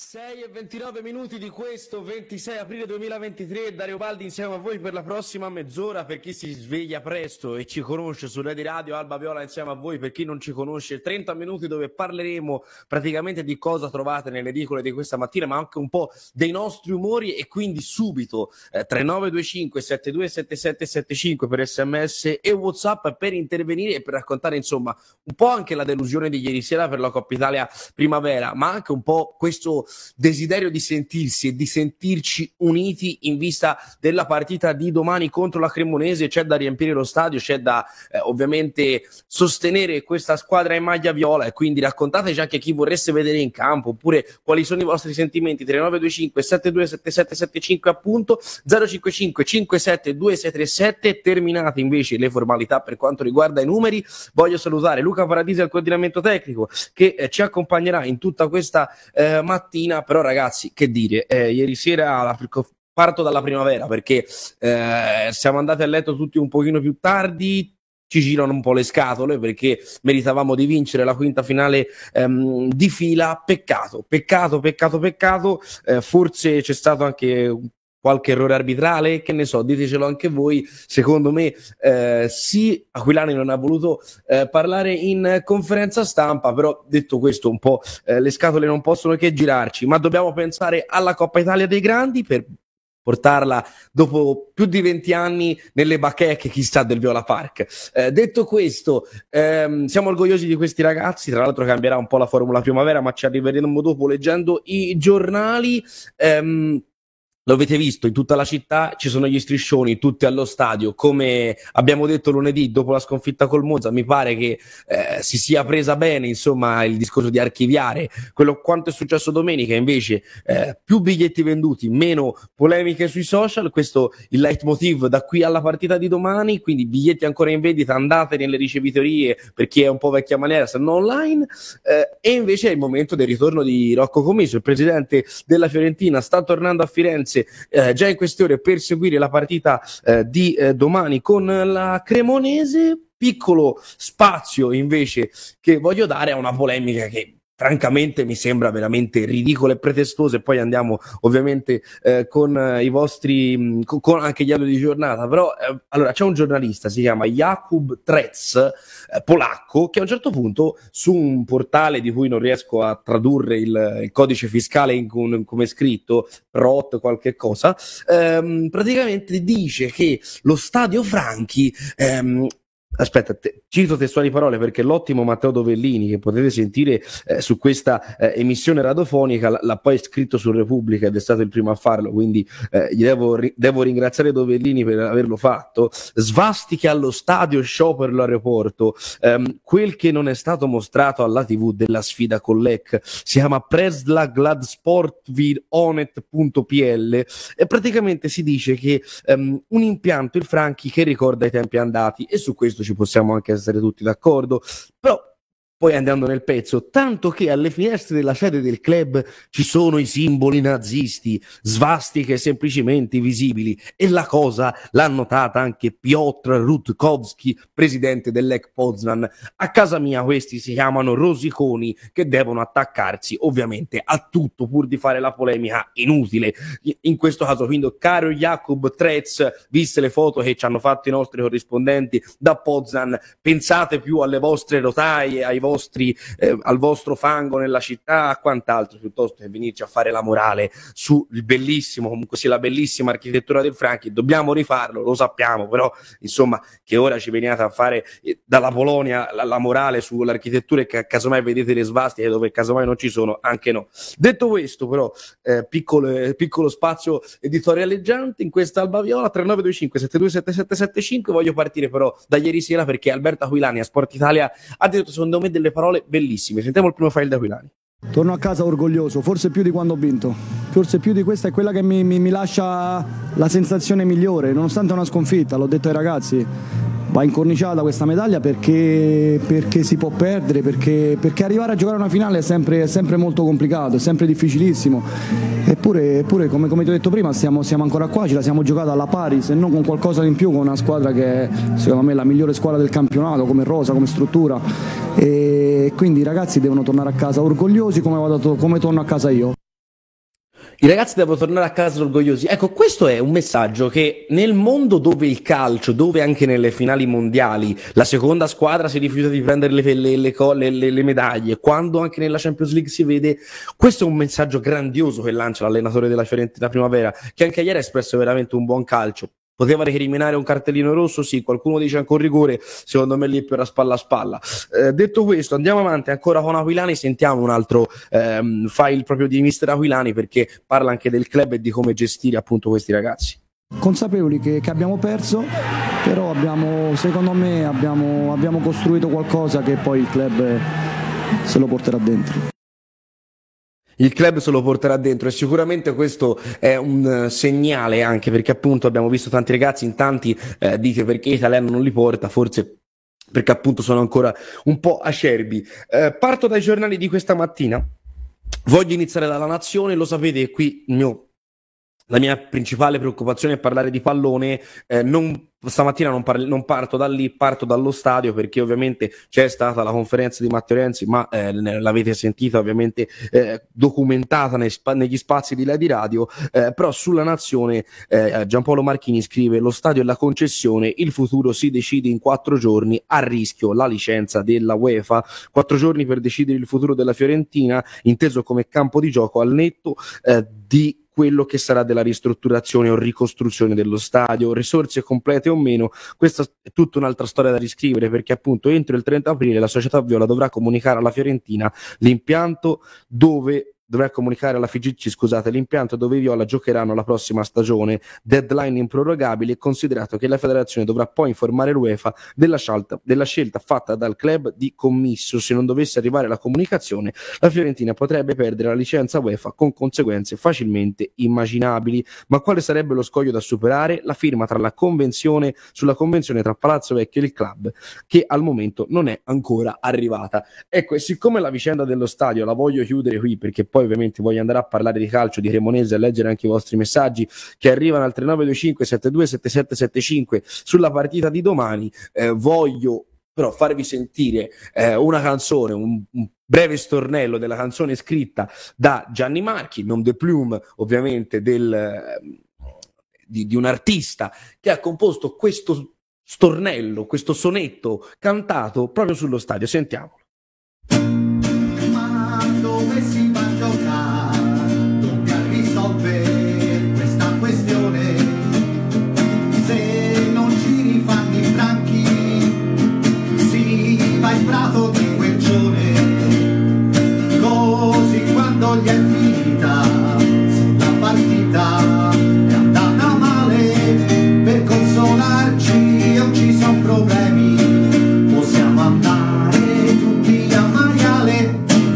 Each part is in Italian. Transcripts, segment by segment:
6 e 29 minuti di questo 26 aprile 2023, Dario Baldi insieme a voi per la prossima mezz'ora. Per chi si sveglia presto e ci conosce su Rete Radio, Alba Viola insieme a voi. Per chi non ci conosce, 30 minuti dove parleremo praticamente di cosa trovate nelle edicole di questa mattina, ma anche un po' dei nostri umori. E quindi subito 3925 727775 per SMS e WhatsApp per intervenire e per raccontare insomma un po' anche la delusione di ieri sera per la Coppa Italia Primavera, ma anche un po' questo desiderio di sentirsi e di sentirci uniti in vista della partita di domani contro la Cremonese. C'è da riempire lo stadio, c'è da ovviamente sostenere questa squadra in maglia viola, e quindi raccontateci anche chi vorreste vedere in campo, oppure quali sono i vostri sentimenti. 3925 727775 appunto, 055 57 2637. Terminate invece le formalità per quanto riguarda i numeri. Voglio salutare Luca Paradisi al coordinamento tecnico che ci accompagnerà in tutta questa mattina. Però ragazzi, che dire, ieri sera parto dalla primavera perché siamo andati a letto tutti un pochino più tardi, ci girano un po' le scatole perché meritavamo di vincere la quinta finale di fila. Peccato, forse c'è stato anche qualche errore arbitrale, che ne so, ditecelo anche voi. Secondo me sì, Aquilani non ha voluto parlare in conferenza stampa, però detto questo un po' le scatole non possono che girarci, ma dobbiamo pensare alla Coppa Italia dei Grandi per portarla dopo più di 20 anni nelle bacheche, chissà, del Viola Park. Detto questo, siamo orgogliosi di questi ragazzi. Tra l'altro cambierà un po' la formula primavera, ma ci arriveremo dopo leggendo i giornali. Lo avete visto, in tutta la città ci sono gli striscioni, tutti allo stadio. Come abbiamo detto lunedì dopo la sconfitta col Monza, mi pare che si sia presa bene insomma il discorso di archiviare quanto è successo domenica. Invece più biglietti venduti, meno polemiche sui social. Questo il leitmotiv da qui alla partita di domani. Quindi biglietti ancora in vendita, andate nelle ricevitorie per chi è un po' vecchia maniera, se no online. E invece è il momento del ritorno di Rocco Commisso, il presidente della Fiorentina. Sta tornando a Firenze già in queste ore per seguire la partita di domani con la Cremonese. Piccolo spazio invece che voglio dare a una polemica che francamente mi sembra veramente ridicola e pretestuosa, e poi andiamo ovviamente con i vostri con anche gli audio di giornata. Però allora c'è un giornalista, si chiama Jakub Trec, polacco, che a un certo punto su un portale di cui non riesco a tradurre il codice fiscale come è scritto, ROT qualche cosa, praticamente dice che lo Stadio Franchi aspetta, cito testuali parole perché l'ottimo Matteo Dovellini, che potete sentire su questa emissione radiofonica, l'ha poi scritto su Repubblica ed è stato il primo a farlo, quindi gli devo ringraziare Dovellini per averlo fatto. Svastiche allo stadio, sciopero all'aeroporto, quel che non è stato mostrato alla TV della sfida con l'EC si chiama Presla Gladsportvironet.pl, e praticamente si dice che un impianto, il Franchi, che ricorda i tempi andati, e su questo ci possiamo anche essere tutti d'accordo. Però poi andando nel pezzo, tanto che alle finestre della sede del club ci sono i simboli nazisti, svastiche semplicemente visibili, e la cosa l'ha notata anche Piotr Rutkowski, presidente dell'EC Poznan. A casa mia questi si chiamano rosiconi che devono attaccarsi ovviamente a tutto pur di fare la polemica inutile in questo caso. Quindi caro Jakub Trec, viste le foto che ci hanno fatto i nostri corrispondenti da Poznan, pensate più alle vostre rotaie, al vostro fango nella città, a quant'altro, piuttosto che venirci a fare la morale sul bellissimo, comunque sia la bellissima architettura del Franchi. Dobbiamo rifarlo, lo sappiamo, però insomma che ora ci veniate a fare dalla Polonia la morale sull'architettura e che casomai vedete le svastiche dove casomai non ci sono, anche no. Detto questo, però piccolo spazio editorialeggiante in questa Alba Viola. 3925 727775. Voglio partire però da ieri sera perché Alberto Aquilani a Sport Italia ha detto secondo me delle parole bellissime. Sentiamo il primo file da Aquilani. Torno a casa orgoglioso, forse più di quando ho vinto, forse più di questa è quella che mi lascia la sensazione migliore, nonostante una sconfitta. L'ho detto ai ragazzi, va incorniciata questa medaglia perché si può perdere, perché arrivare a giocare una finale è sempre molto complicato, è sempre difficilissimo. Eppure come ti ho detto prima, siamo ancora qua, ce la siamo giocata alla pari, se non con qualcosa in più, con una squadra che è secondo me la migliore squadra del campionato, come rosa, come struttura. E quindi i ragazzi devono tornare a casa orgogliosi come torno a casa io. I ragazzi devono tornare a casa orgogliosi. Ecco, questo è un messaggio che nel mondo dove il calcio, dove anche nelle finali mondiali la seconda squadra si rifiuta di prendere le medaglie, quando anche nella Champions League si vede, questo è un messaggio grandioso che lancia l'allenatore della Fiorentina Primavera, che anche ieri ha espresso veramente un buon calcio. Poteva recriminare un cartellino rosso? Sì, qualcuno dice anche un rigore, secondo me lì per la spalla a spalla. Detto questo, andiamo avanti ancora con Aquilani, sentiamo un altro file proprio di mister Aquilani, perché parla anche del club e di come gestire appunto questi ragazzi. Consapevoli che abbiamo perso, però secondo me abbiamo costruito qualcosa che poi il club se lo porterà dentro. Il club se lo porterà dentro e sicuramente questo è un segnale, anche perché appunto abbiamo visto tanti ragazzi in tanti dite perché Italiano non li porta, forse perché appunto sono ancora un po' acerbi. Parto dai giornali di questa mattina, voglio iniziare dalla Nazione, lo sapete, qui la mia principale preoccupazione è parlare di pallone, stamattina non parto da lì, parto dallo stadio, perché ovviamente c'è stata la conferenza di Matteo Renzi, ma l'avete sentita ovviamente documentata negli spazi di Lady Radio, però sulla Nazione Giampaolo Marchini scrive: lo stadio e la concessione, il futuro si decide in 4 giorni, a rischio la licenza della UEFA, 4 giorni per decidere il futuro della Fiorentina, inteso come campo di gioco al netto di quello che sarà della ristrutturazione o ricostruzione dello stadio, risorse complete o meno. Questa è tutta un'altra storia da riscrivere, perché appunto entro il 30 aprile la società viola dovrà comunicare alla Fiorentina l'impianto dove l'impianto dove i viola giocheranno la prossima stagione, deadline improrogabile, considerato che la federazione dovrà poi informare l'UEFA della scelta fatta dal club di commisso. Se non dovesse arrivare la comunicazione, la Fiorentina potrebbe perdere la licenza UEFA con conseguenze facilmente immaginabili. Ma quale sarebbe lo scoglio da superare? La firma sulla convenzione tra Palazzo Vecchio e il club, che al momento non è ancora arrivata. Ecco, e siccome la vicenda dello stadio la voglio chiudere qui, perché poi ovviamente voglio andare a parlare di calcio, di Cremonese, a leggere anche i vostri messaggi che arrivano al 3925 727775 sulla partita di domani, voglio però farvi sentire una canzone, un breve stornello della canzone scritta da Gianni Marchi, non de plume ovviamente di un artista che ha composto questo stornello, questo sonetto cantato proprio sullo stadio. Sentiamolo. Gli è finita, se la partita è andata male, per consolarci non ci sono problemi, possiamo andare tutti a maiale.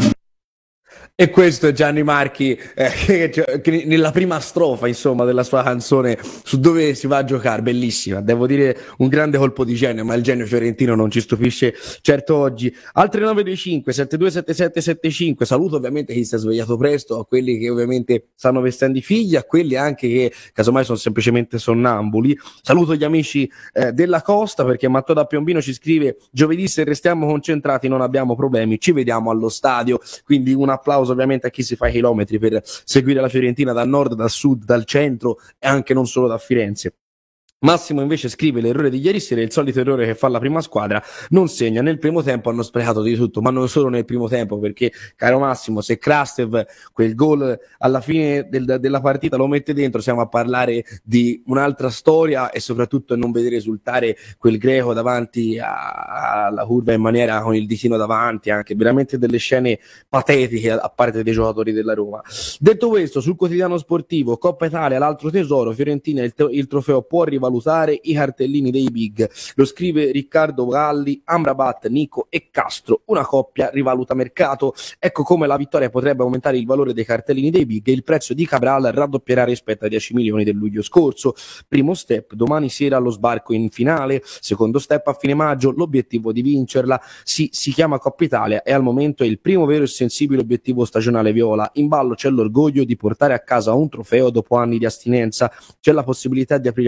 E questo è Gianni Marchi che nella prima strofa, insomma, della sua canzone su dove si va a giocare, bellissima, devo dire un grande colpo di genio, ma il genio fiorentino non ci stupisce certo oggi. Altre 925 727775, saluto ovviamente chi si è svegliato presto, a quelli che ovviamente stanno vestendo i figli, a quelli anche che casomai sono semplicemente sonnambuli. Saluto gli amici della Costa, perché Matteo da Piombino ci scrive: giovedì se restiamo concentrati non abbiamo problemi, ci vediamo allo stadio. Quindi un applauso ovviamente a chi si fa i chilometri per seguire la Fiorentina dal nord, dal sud, dal centro e anche non solo da Firenze. Massimo invece scrive: l'errore di ieri sera è il solito errore che fa la prima squadra, non segna. Nel primo tempo hanno sprecato di tutto, ma non solo nel primo tempo, perché caro Massimo, se Krastev quel gol alla fine della partita lo mette dentro, siamo a parlare di un'altra storia, e soprattutto non vedere esultare quel greco davanti alla curva in maniera con il ditino davanti, anche veramente delle scene patetiche a parte dei giocatori della Roma. Detto questo, sul quotidiano sportivo, Coppa Italia, l'altro tesoro, Fiorentina, il trofeo può rivalutare i cartellini dei big, lo scrive Riccardo Galli, Amrabat, Nico e Castro, una coppia rivaluta mercato. Ecco come la vittoria potrebbe aumentare il valore dei cartellini dei big e il prezzo di Cabral raddoppierà rispetto ai 10 milioni del luglio scorso. Primo step domani sera allo sbarco in finale, secondo step a fine maggio, l'obiettivo di vincerla si chiama Coppa Italia e al momento è il primo vero e sensibile obiettivo stagionale viola. In ballo c'è l'orgoglio di portare a casa un trofeo dopo anni di astinenza, c'è la possibilità di aprire porte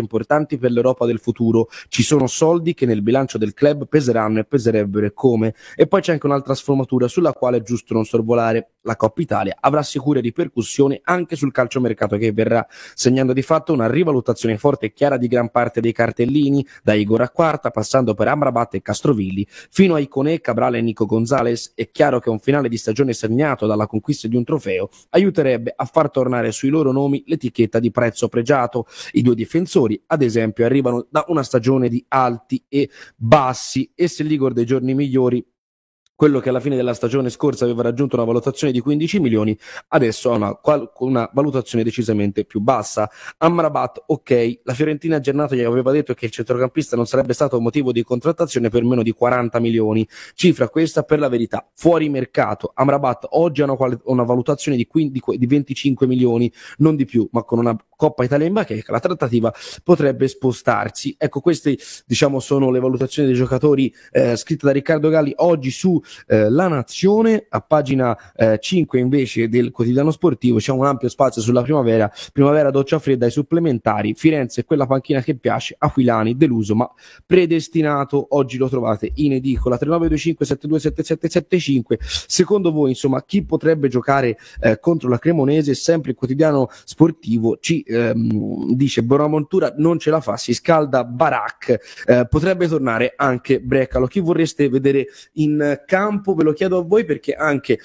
importanti per l'Europa del futuro. Ci sono soldi che nel bilancio del club peseranno e peserebbero e come. E poi c'è anche un'altra sfumatura sulla quale è giusto non sorvolare. La Coppa Italia avrà sicure ripercussioni anche sul calciomercato che verrà, segnando di fatto una rivalutazione forte e chiara di gran parte dei cartellini, da Igor a Quarta, passando per Amrabat e Castrovilli, fino a Iconé, Cabral e Nico Gonzalez. È chiaro che un finale di stagione segnato dalla conquista di un trofeo aiuterebbe a far tornare sui loro nomi l'etichetta di prezzo pregiato. I due difensori, ad esempio, arrivano da una stagione di alti e bassi, e se l'Igor dei giorni migliori, quello che alla fine della stagione scorsa aveva raggiunto una valutazione di 15 milioni, adesso ha una valutazione decisamente più bassa. Amrabat, ok, la Fiorentina aggiornato gli aveva detto che il centrocampista non sarebbe stato motivo di contrattazione per meno di 40 milioni, cifra questa per la verità fuori mercato. Amrabat oggi ha una valutazione di 25 milioni, non di più, ma con una Coppa Italia in bacheca la trattativa potrebbe spostarsi. Ecco, queste diciamo sono le valutazioni dei giocatori scritte da Riccardo Galli oggi su La Nazione. A pagina 5 invece del quotidiano sportivo c'è un ampio spazio sulla primavera, doccia fredda ai supplementari, Firenze è quella panchina che piace, Aquilani deluso ma predestinato. Oggi lo trovate in edicola. 3925 727775. Secondo voi insomma chi potrebbe giocare contro la Cremonese? Sempre il quotidiano sportivo ci dice Bonaventura non ce la fa, si scalda Barak, potrebbe tornare anche Brecalo. Chi vorreste vedere in campo? Ve lo chiedo a voi perché anche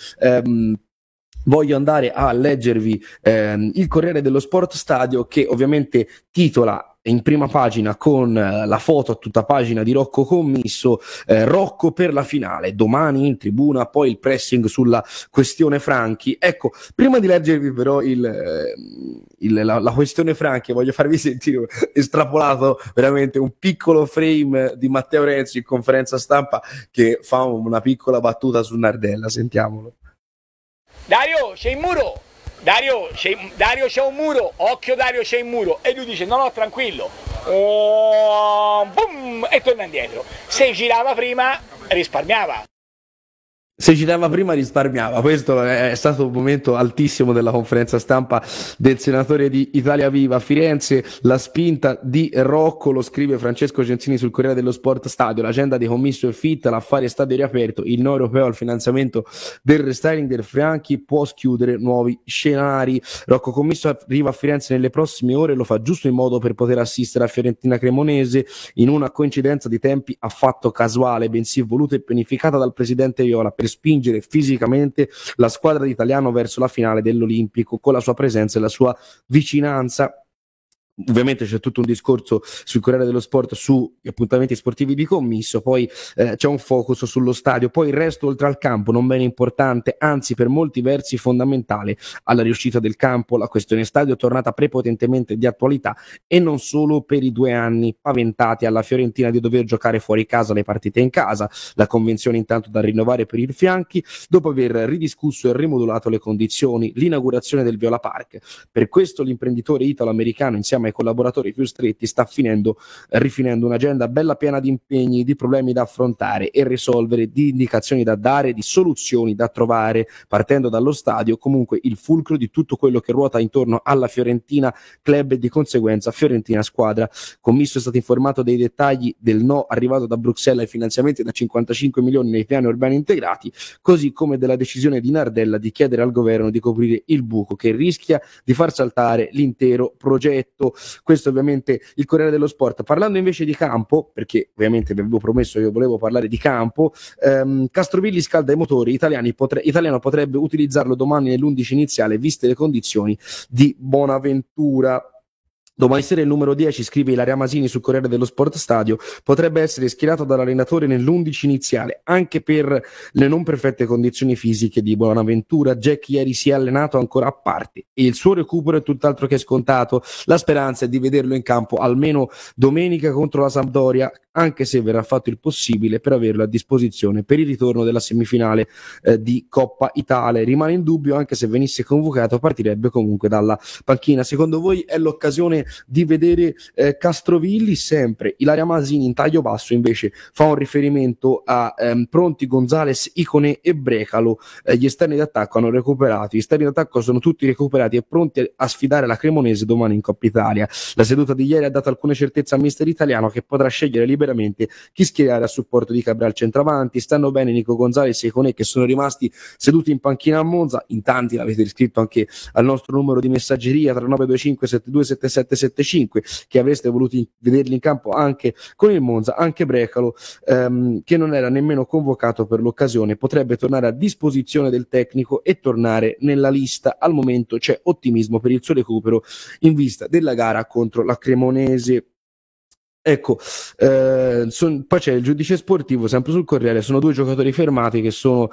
voglio andare a leggervi il Corriere dello Sport Stadio, che ovviamente titola in prima pagina con la foto a tutta pagina di Rocco Commisso, Rocco per la finale, domani in tribuna, poi il pressing sulla questione Franchi. Ecco, prima di leggervi però la questione Franchi, voglio farvi sentire estrapolato veramente un piccolo frame di Matteo Renzi in conferenza stampa che fa una piccola battuta su Nardella. Sentiamolo. Dario, c'è il muro! Dario, c'è un muro! Occhio Dario, c'è il muro! E lui dice, no, tranquillo! Boom, e torna indietro. Se girava prima, risparmiava. Questo è stato un momento altissimo della conferenza stampa del senatore di Italia Viva. Firenze, la spinta di Rocco, lo scrive Francesco Genzini sul Corriere dello Sport Stadio. L'agenda di Commisso è fitta, l'affare stadio riaperto, il no europeo al finanziamento del restyling del Franchi può schiudere nuovi scenari. Rocco Commisso arriva a Firenze nelle prossime ore, lo fa giusto in modo per poter assistere a Fiorentina Cremonese in una coincidenza di tempi affatto casuale, bensì voluta e pianificata dal presidente Viola per spingere fisicamente la squadra d'Italiano verso la finale dell'Olimpico con la sua presenza e la sua vicinanza. Ovviamente c'è tutto un discorso sul Corriere dello Sport sugli appuntamenti sportivi di Commisso, poi c'è un focus sullo stadio, poi il resto oltre al campo non meno importante, anzi per molti versi fondamentale alla riuscita del campo. La questione stadio è tornata prepotentemente di attualità e non solo per i 2 anni paventati alla Fiorentina di dover giocare fuori casa le partite in casa, la convenzione intanto da rinnovare per i Franchi dopo aver ridiscusso e rimodulato le condizioni, l'inaugurazione del Viola Park. Per questo l'imprenditore italo-americano insieme ai collaboratori più stretti sta rifinendo un'agenda bella piena di impegni, di problemi da affrontare e risolvere, di indicazioni da dare, di soluzioni da trovare, partendo dallo stadio, comunque il fulcro di tutto quello che ruota intorno alla Fiorentina club e di conseguenza Fiorentina squadra. Commisso è stato informato dei dettagli del no arrivato da Bruxelles ai finanziamenti da 55 milioni nei piani urbani integrati, così come della decisione di Nardella di chiedere al governo di coprire il buco che rischia di far saltare l'intero progetto. Questo ovviamente il Corriere dello Sport. Parlando invece di campo, perché ovviamente vi avevo promesso che io volevo parlare di campo, Castrovilli scalda i motori, Italiano potrebbe utilizzarlo domani nell'11 iniziale viste le condizioni di Bonaventura. Domani sera il numero 10, scrive Ilaria Masini sul Corriere dello Sport Stadio, potrebbe essere schierato dall'allenatore nell'11 iniziale, anche per le non perfette condizioni fisiche di Bonaventura. Jack ieri si è allenato ancora a parte e il suo recupero è tutt'altro che scontato. La speranza è di vederlo in campo almeno domenica contro la Sampdoria, anche se verrà fatto il possibile per averlo a disposizione per il ritorno della semifinale di Coppa Italia. Rimane in dubbio, anche se venisse convocato partirebbe comunque dalla panchina. Secondo voi è l'occasione di vedere Castrovilli? Sempre Ilaria Masini in taglio basso invece fa un riferimento a Pronti, Gonzalez, Icone e Brecalo. Gli esterni d'attacco hanno recuperato, gli esterni d'attacco sono tutti recuperati e pronti a sfidare la Cremonese domani in Coppa Italia. La seduta di ieri ha dato alcune certezze al mister italiano, che potrà scegliere liberamente chi schierare a supporto di Cabral centravanti. Stanno bene Nico Gonzalez e Icone, che sono rimasti seduti in panchina a Monza. In tanti l'avete iscritto anche al nostro numero di messaggeria 3925 727775 che avreste voluto vederli in campo anche con il Monza. Anche Brecalo, che non era nemmeno convocato per l'occasione, potrebbe tornare a disposizione del tecnico e tornare nella lista. Al momento c'è ottimismo per il suo recupero in vista della gara contro la Cremonese. Ecco, poi c'è il giudice sportivo, sempre sul Corriere, sono 2 giocatori fermati che sono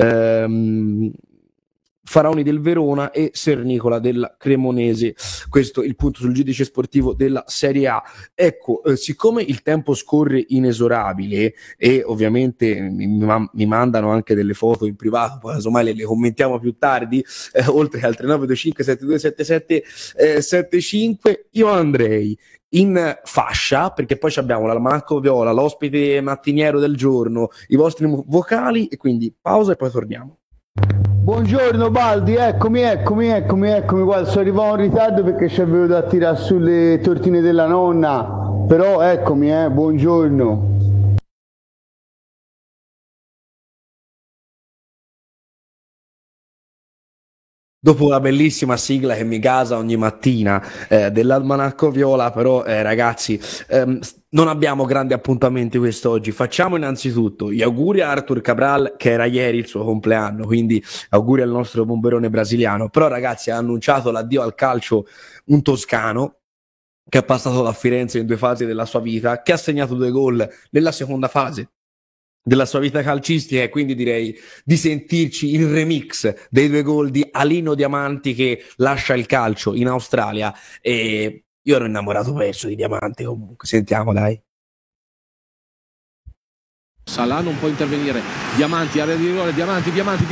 Faraoni del Verona e Sernicola della Cremonese. Questo è il punto sul giudice sportivo della Serie A. Ecco, siccome il tempo scorre inesorabile e ovviamente mi mandano anche delle foto in privato, poi casomai le commentiamo più tardi, oltre al 3925 727775, io andrei in fascia, perché poi abbiamo l'almanacco viola, l'ospite mattiniero del giorno, i vostri vocali, e quindi pausa e poi torniamo. Buongiorno Baldi, eccomi, guarda, sono arrivato in ritardo perché ci avevo da tirare sulle tortine della nonna, però eccomi, buongiorno. Dopo la bellissima sigla che mi gasa ogni mattina dell'almanacco viola, però ragazzi, non abbiamo grandi appuntamenti quest'oggi. Facciamo innanzitutto gli auguri a Arthur Cabral, che era ieri il suo compleanno, quindi auguri al nostro bomberone brasiliano. Però ragazzi, ha annunciato l'addio al calcio un toscano che ha passato da Firenze in 2 fasi della sua vita, che ha segnato 2 gol nella seconda fase della sua vita calcistica, e quindi direi di sentirci il remix dei 2 gol di Alino Diamanti, che lascia il calcio in Australia. E io ero innamorato perso di Diamanti. Comunque sentiamo, dai. Salah non può intervenire, Diamanti, area di rigore, Diamanti,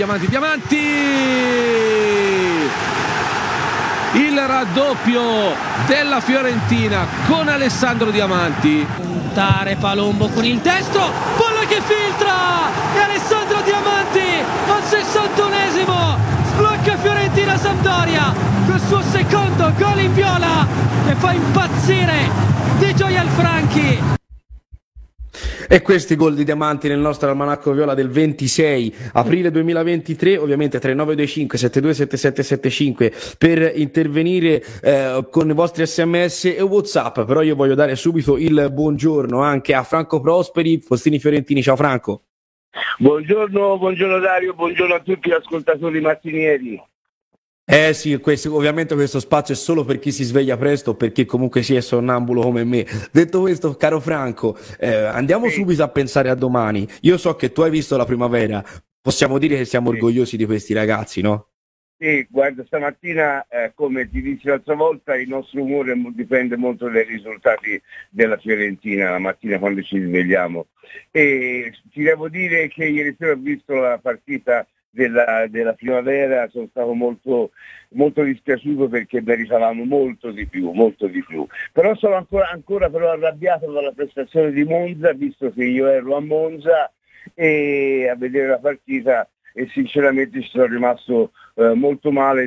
il raddoppio della Fiorentina con Alessandro Diamanti. Puntare Palombo con il destro, palla che filtra e Alessandro Diamanti al 61esimo sblocca Fiorentina Sampdoria col suo secondo gol in viola e fa impazzire Di Gioia Franchi. E questi gol di Diamanti nel nostro almanacco viola del 26 aprile 2023, ovviamente 3925 727775 per intervenire con i vostri sms e whatsapp. Però io voglio dare subito il buongiorno anche a Franco Prosperi, Fostini Fiorentini. Ciao Franco. Buongiorno Dario, buongiorno a tutti gli ascoltatori mattinieri. Sì, ovviamente questo spazio è solo per chi si sveglia presto, per chi comunque si è sonnambulo come me. Detto questo, caro Franco, andiamo subito a pensare a domani. Io so che tu hai visto la primavera, possiamo dire che siamo orgogliosi di questi ragazzi, no? Sì, guarda, stamattina, come ti dici l'altra volta, il nostro umore dipende molto dai risultati della Fiorentina, la mattina quando ci svegliamo. E ti devo dire che ieri sera ho visto la partita della primavera, sono stato molto dispiaciuto perché meritavamo molto di più, però sono ancora però arrabbiato dalla prestazione di Monza, visto che io ero a Monza e a vedere la partita, e sinceramente ci sono rimasto molto male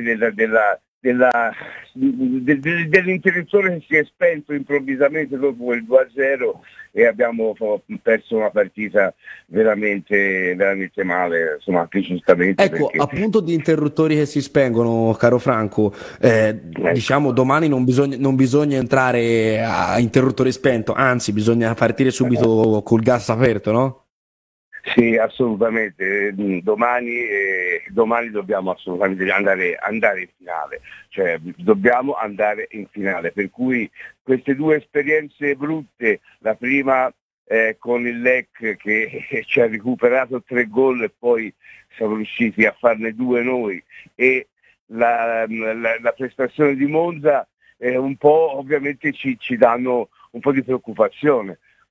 dell'interruttore che si è spento improvvisamente dopo quel 2-0 e abbiamo perso una partita veramente male, insomma, anche giustamente. Ecco, perché... appunto di interruttori che si spengono, caro Franco, diciamo domani non bisogna entrare a interruttore spento, anzi bisogna partire subito col gas aperto, no? Sì, assolutamente. Domani dobbiamo assolutamente andare in finale, cioè dobbiamo andare in finale, per cui queste 2 esperienze brutte, la prima con il Lec che ci ha recuperato 3 gol e poi siamo riusciti a farne 2 noi, e la prestazione di Monza un po' ovviamente ci danno un po' di preoccupazione.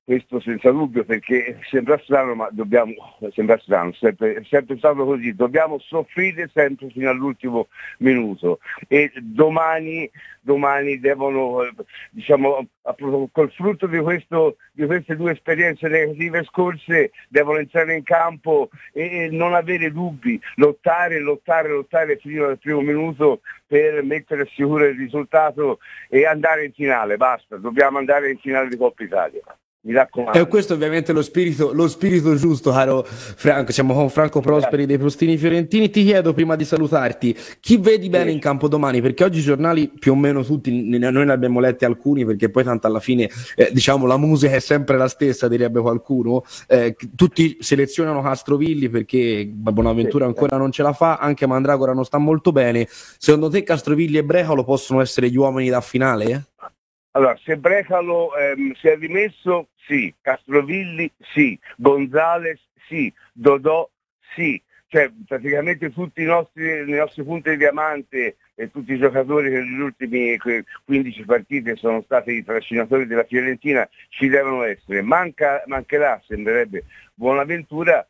questo senza dubbio, perché sembra strano, ma sembra strano, è sempre stato così, dobbiamo soffrire sempre fino all'ultimo minuto e domani devono, diciamo, col frutto di queste due esperienze negative scorse, devono entrare in campo e non avere dubbi, lottare fino al primo minuto per mettere sicuro il risultato e andare in finale, basta, dobbiamo andare in finale di Coppa Italia. Mi raccomando. E questo è ovviamente lo spirito giusto, caro Franco. Siamo con Franco Prosperi dei Postini Fiorentini. Ti chiedo, prima di salutarti, chi vedi bene in campo domani? Perché oggi i giornali più o meno tutti, noi ne abbiamo letti alcuni, perché poi tanto alla fine diciamo la musica è sempre la stessa, direbbe qualcuno. Tutti selezionano Castrovilli perché Bonaventura ancora non ce la fa, anche Mandragora non sta molto bene. Secondo te Castrovilli e Brecalo possono essere gli uomini da finale? Allora, se Brecalo si è rimesso, sì, Castrovilli sì, Gonzales sì, Dodò sì, cioè praticamente tutti i nostri punti di diamante e tutti i giocatori che negli ultimi 15 partite sono stati i trascinatori della Fiorentina ci devono essere. Mancherà, sembrerebbe, Bonaventura,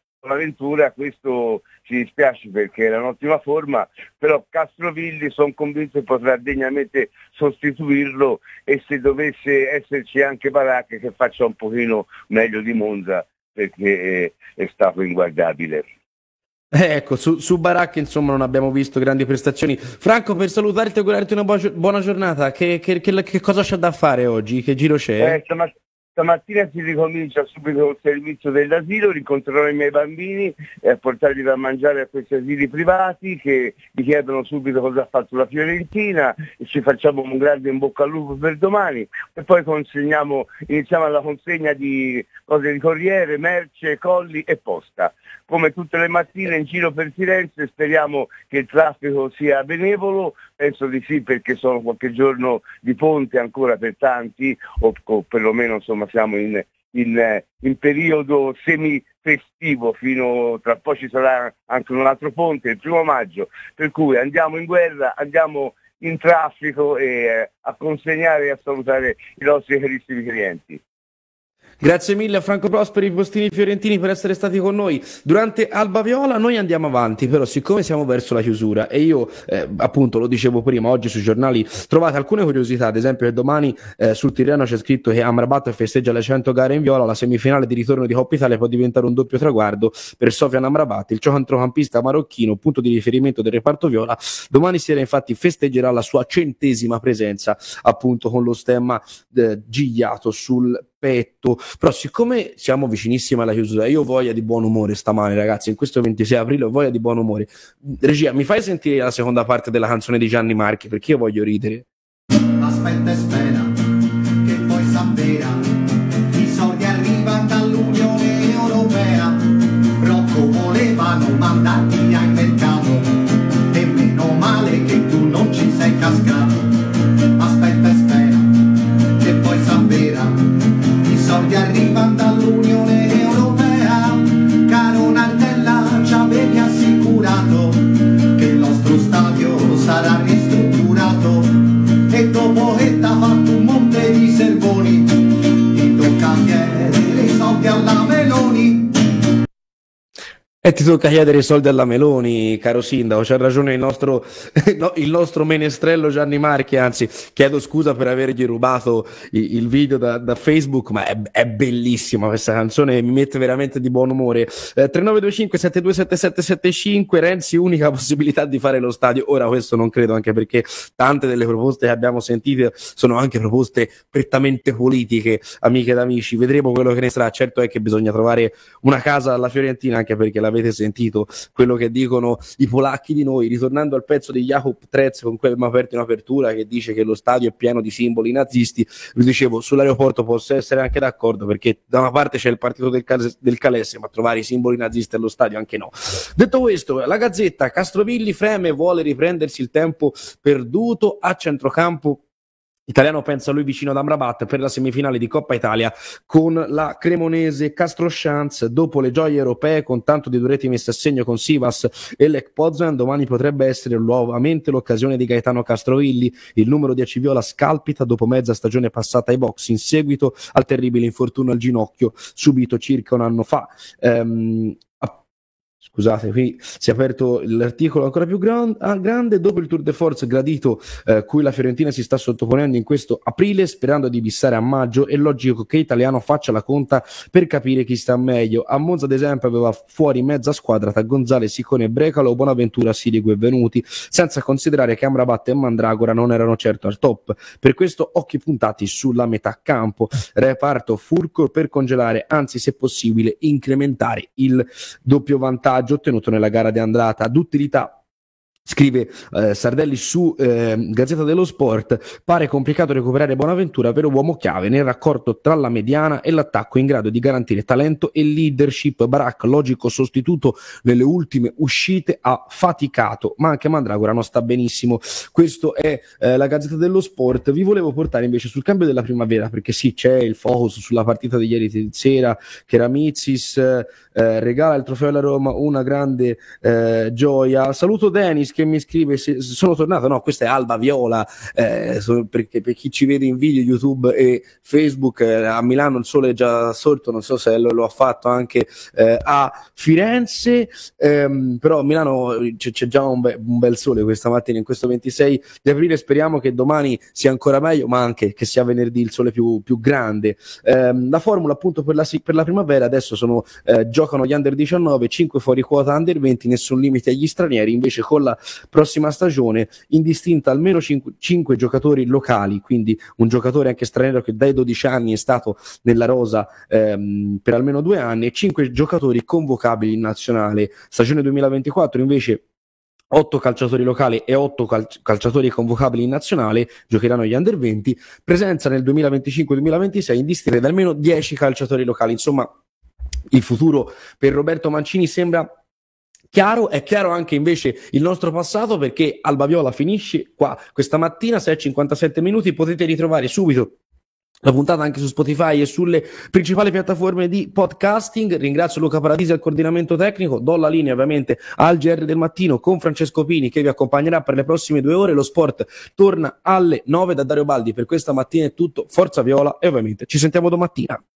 questo ci dispiace perché era un'ottima forma, però Castrovilli sono convinto che potrà degnamente sostituirlo, e se dovesse esserci anche Baracca che faccia un pochino meglio di Monza, perché è stato inguardabile. Ecco, su Baracca insomma non abbiamo visto grandi prestazioni. Franco, per salutarti e augurarti una buona giornata, che cosa c'è da fare oggi? Che giro c'è? Stamattina si ricomincia subito col servizio dell'asilo, rincontrerò i miei bambini e portarli da mangiare a questi asili privati che mi chiedono subito cosa ha fatto la Fiorentina, e ci facciamo un grande in bocca al lupo per domani, e poi iniziamo la consegna di cose di corriere, merce, colli e posta. Come tutte le mattine in giro per Firenze, speriamo che il traffico sia benevolo, penso di sì, perché sono qualche giorno di ponte ancora per tanti, o perlomeno insomma siamo in periodo semi-festivo, tra poco ci sarà anche un altro ponte, il 1° maggio, per cui andiamo in guerra, andiamo in traffico e a consegnare e a salutare i nostri carissimi clienti. Grazie mille a Franco Prosperi, Postini Fiorentini, per essere stati con noi durante Alba Viola. Noi andiamo avanti, però siccome siamo verso la chiusura e io appunto lo dicevo prima, oggi sui giornali trovate alcune curiosità, ad esempio che domani sul Tirreno c'è scritto che Amrabat festeggia le 100 gare in viola, la semifinale di ritorno di Coppa Italia può diventare un doppio traguardo per Sofian Amrabat, il centrocampista marocchino, punto di riferimento del reparto viola. Domani sera infatti festeggerà la sua 100ª presenza, appunto con lo stemma gigliato sul petto. Però siccome siamo vicinissimi alla chiusura, io ho voglia di buon umore stamane, ragazzi, in questo 26 aprile ho voglia di buon umore. Regia, mi fai sentire la seconda parte della canzone di Gianni Marchi, perché io voglio ridere. Aspetta e spera che poi s'avvera, i soldi arrivano dall'Unione Europea, Rocco volevano mandarti al mercato e meno male che tu non ci sei cascato. Aspetta e spera che poi s'avvera, i soldi arrivano dall'Unione Europea, caro Nardella ci avevi assicurato che il nostro stadio sarà ristrutturato, e dopo che t'ha fatto un monte di servoni ti tocca chiedere i soldi alla Meloni. E ti tocca chiedere i soldi alla Meloni, caro sindaco, c'ha ragione il nostro menestrello Gianni Marchi, anzi chiedo scusa per avergli rubato il video da Facebook, ma è bellissima questa canzone, mi mette veramente di buon umore. 3925 727775, Renzi unica possibilità di fare lo stadio, ora questo non credo, anche perché tante delle proposte che abbiamo sentito sono anche proposte prettamente politiche, amiche ed amici, vedremo quello che ne sarà. Certo è che bisogna trovare una casa alla Fiorentina, anche perché avete sentito quello che dicono i polacchi di noi. Ritornando al pezzo di Jakub Trec con cui abbiamo aperto in apertura, che dice che lo stadio è pieno di simboli nazisti, vi dicevo, sull'aeroporto posso essere anche d'accordo, perché da una parte c'è il partito del Calesse, ma trovare i simboli nazisti allo stadio anche no. Detto questo, la Gazzetta: Castrovilli freme, vuole riprendersi il tempo perduto a centrocampo Italiano pensa a lui vicino ad Amrabat per la semifinale di Coppa Italia con la cremonese Castrochance. Dopo le gioie europee con tanto di Duretti messe a segno con Sivas e Lech Poznan, domani potrebbe essere nuovamente l'occasione di Gaetano Castrovilli. Il numero 10 viola scalpita dopo mezza stagione passata ai box in seguito al terribile infortunio al ginocchio subito circa un anno fa. Scusate, qui si è aperto l'articolo ancora più grande. Dopo il tour de force gradito cui la Fiorentina si sta sottoponendo in questo aprile, sperando di bissare a maggio, è logico che Italiano faccia la conta per capire chi sta meglio. A Monza, ad esempio, aveva fuori mezza squadra tra Gonzalez, Siccone, Brecalo, Bonaventura, Sirigu e Venuti, senza considerare che Amrabat e Mandragora non erano certo al top. Per questo occhi puntati sulla metà campo, reparto Furco per congelare, anzi se possibile incrementare il doppio vantaggio ottenuto nella gara di andata d'utilità. Scrive Sardelli su Gazzetta dello Sport, pare complicato recuperare Bonaventura, vero uomo chiave nel raccordo tra la mediana e l'attacco, in grado di garantire talento e leadership. Barak, logico sostituto nelle ultime uscite, ha faticato, ma anche Mandragora non sta benissimo. Questo è la Gazzetta dello Sport. Vi volevo portare invece sul cambio della primavera, perché sì, c'è il focus sulla partita di ieri sera, che Ramizis regala il trofeo alla Roma, una grande gioia. Saluto Denis che mi scrive se sono tornato. No, questa è Alba Viola, perché per chi ci vede in video YouTube e Facebook, a Milano il sole è già sorto, non so se lo ha fatto anche a Firenze, però a Milano c'è già un bel sole questa mattina, in questo 26 di aprile. Speriamo che domani sia ancora meglio, ma anche che sia venerdì il sole più grande. La formula appunto per la primavera adesso giocano gli under 19, 5 fuori quota under 20, nessun limite agli stranieri. Invece con la prossima stagione indistinta almeno 5 giocatori locali, quindi un giocatore anche straniero che dai 12 anni è stato nella rosa per almeno 2 anni, e 5 giocatori convocabili in nazionale. Stagione 2024 invece 8 calciatori locali e 8 calciatori convocabili in nazionale, giocheranno gli under 20, presenza nel 2025-2026 indistinte da almeno 10 calciatori locali. Insomma, il futuro per Roberto Mancini sembra chiaro. È chiaro anche invece il nostro passato, perché Alba Viola finisce qua questa mattina, 6:57 minuti. Potete ritrovare subito la puntata anche su Spotify e sulle principali piattaforme di podcasting. Ringrazio Luca Paradisi al coordinamento tecnico, do la linea ovviamente al GR del mattino con Francesco Pini che vi accompagnerà per le prossime 2 ore. Lo sport torna alle 9 da Dario Baldi. Per questa mattina è tutto, forza Viola, e ovviamente ci sentiamo domattina.